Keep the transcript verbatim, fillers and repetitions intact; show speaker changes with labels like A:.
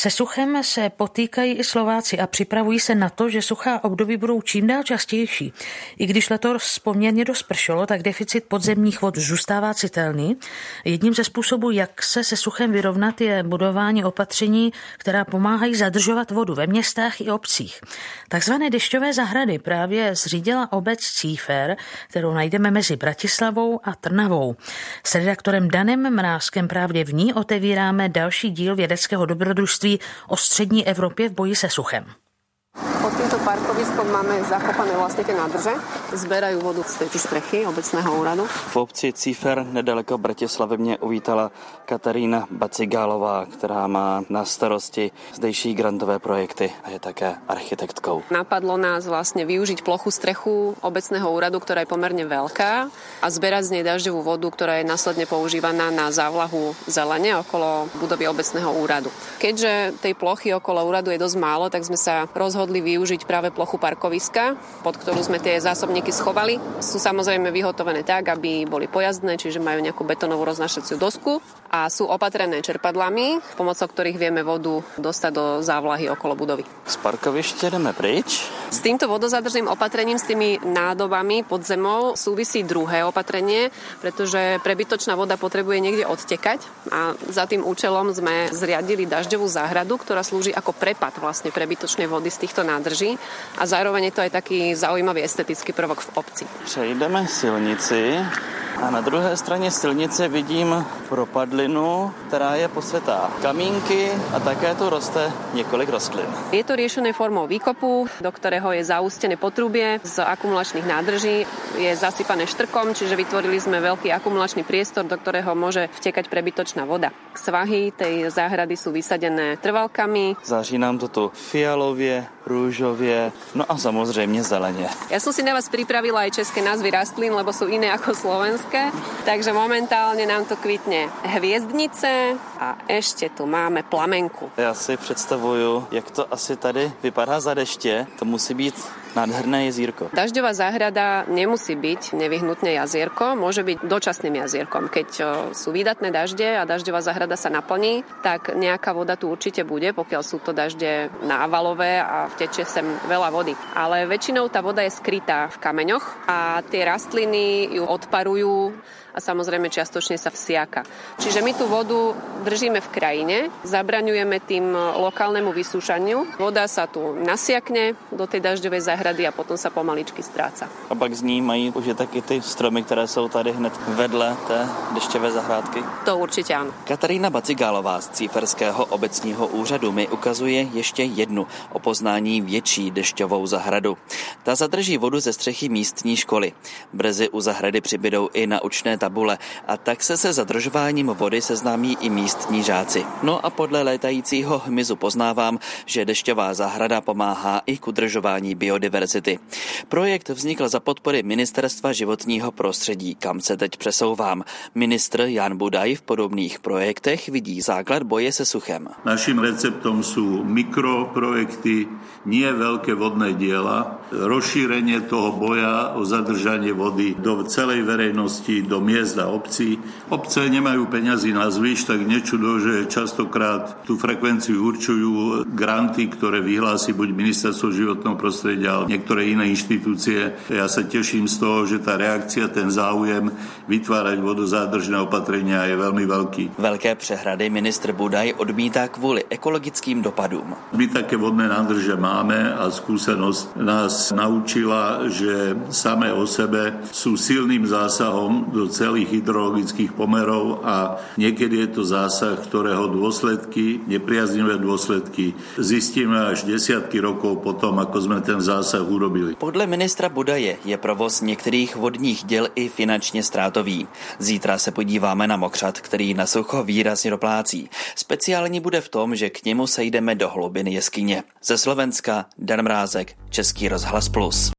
A: Se suchem se potýkají i Slováci a připravují se na to, že suchá období budou čím dál častější. I když letos poměrně dost pršelo, tak deficit podzemních vod zůstává citelný. Jedním ze způsobů, jak se se suchem vyrovnat, je budování opatření, která pomáhají zadržovat vodu ve městech i obcích. Takzvané dešťové zahrady právě zřídila obec Cífer, kterou najdeme mezi Bratislavou a Trnavou. S redaktorem Danem Mrázkem právě v ní otevíráme další díl vědeckého dobrodružství o střední Evropě v boji se suchem.
B: Pod týmto parkoviskom máme zakopané vlastne tie nádrže. Zberajú vodu z tejto strechy obecného úradu.
C: V obci Cífer nedaleko Bratislavy mě uvítala Katarína Bacigálová, která má na starosti zdejší grantové projekty a je také architektkou.
B: Napadlo nás vlastne využiť plochu strechu obecného úradu, ktorá je pomerne veľká, a zberať z nej dažďovú vodu, ktorá je následne používaná na závlahu zelene okolo budovy obecného úradu. Keďže tej plochy okolo úradu je dosť málo, tak sme sa rozhodli využiť práve plochu parkoviska, pod ktorú sme tie zásobníky schovali. Sú samozrejme vyhotovené tak, aby boli pojazdné, čiže majú nejakú betónovú roznášaciu dosku a sú opatrené čerpadlami, pomocou ktorých vieme vodu dostať do závlahy okolo budovy.
C: Z parkoviště jdeme pryč.
B: S týmto vodozadržným opatrením, s tými nádobami pod zemou súvisí druhé opatrenie, pretože prebytočná voda potrebuje niekde odtekať a za tým účelom sme zriadili dažďovú záhradu, ktorá slúži ako prepad vlastne prebytočnej vody z týchto nádrží a zároveň je to aj taký zaujímavý estetický prvok v obci.
C: Přejdeme silnici a na druhé straně silnice vidím propadlinu, která je posetá kamínky a také tu roste několik rostlin.
B: Je to riešené formou výkopu, do ktorého je zaústené potrubie z akumulačných nádrží, je zasypané štrkom, čiže vytvorili sme veľký akumulačný priestor, do ktorého môže vtekať prebytočná voda. Svahy tej záhrady sú vysadené trvalkami.
C: Září nám to tu fialově, růžově, no a samozřejmě zeleně.
B: Ja som si na vás pripravila aj české názvy rastlín, lebo sú iné ako slovenské, takže momentálne nám to kvitne hviezdnice a ešte tu máme plamenku.
C: Já si představuju, jak to asi tady vypadá za deště. To musí být nádherné jezírko.
B: Dažďová záhrada nemusí byť nevyhnutne jazierko, môže byť dočasným jazierkom. Keď sú výdatné dažde a dažďová záhrada sa naplní, tak nejaká voda tu určite bude, pokiaľ sú to dažde návalové a vtečie sem veľa vody. Ale väčšinou tá voda je skrytá v kameňoch a tie rastliny ju odparujú a samozrejme čiastočne sa vsiaka. Čiže my tú vodu držíme v krajine, zabraňujeme tým lokálnemu vysúšaniu. Voda sa tu nasiakne do tej dažďovej záhrady a potom sa pomaličky stráca.
C: A pak z ní mají už taky ty stromy, které jsou tady hned vedle té dešťové zahrádky?
B: To určitě ano.
C: Katarína Bacigálová z Cíferského obecního úřadu mi ukazuje ještě jednu o poznání větší dešťovou zahradu. Ta zadrží vodu ze střechy místní školy. Brzy u zahrady přibydou i naučné tabule a tak se se zadržováním vody seznámí i místní žáci. No a podle létajícího hmyzu poznávám, že dešťová zahrada pomáhá i k udržování biodiverzity. Projekt vznikl za podpory Ministerstva životního prostředí, kam se teď přesouvám. Ministr Jan Budaj v podobných projektech vidí základ boje se suchem.
D: Naším receptom sú mikroprojekty, nie veľké vodné diela, rozšírenie toho boja o zadržanie vody do celej verejnosti, do miest a obcí. Obce nemajú peňazí na zvyš, tak nečudo, že častokrát tú frekvenciu určujú granty, ktoré vyhlási buď Ministerstvo životného prostredia, ale niektoré iné inštitúcie. Ja sa teším z toho, že tá reakcia, ten záujem vytvárať vodozádržné opatrenia je veľmi veľký.
C: Velké přehrady ministr Budaj odmítá kvůli ekologickým dopadům.
D: My také vodné nádrže máme a skúsenosť nás naučila, že samé o sebe sú silným zásahom do celých hydrologických pomerov a niekedy je to zásah, ktorého dôsledky, nepriaznivé dôsledky zistíme až desiatky rokov potom, ako sme ten zásah urobili.
C: Podle ministra Budaje je provoz některých vodních děl i finančně ztrátový. Zítra se podíváme na mokřad, který na sucho výrazně doplácí. Speciální bude v tom, že k němu sejdeme do hlubin jeskyně. Ze Slovenska Dan Mrázek, Český rozhlas Plus.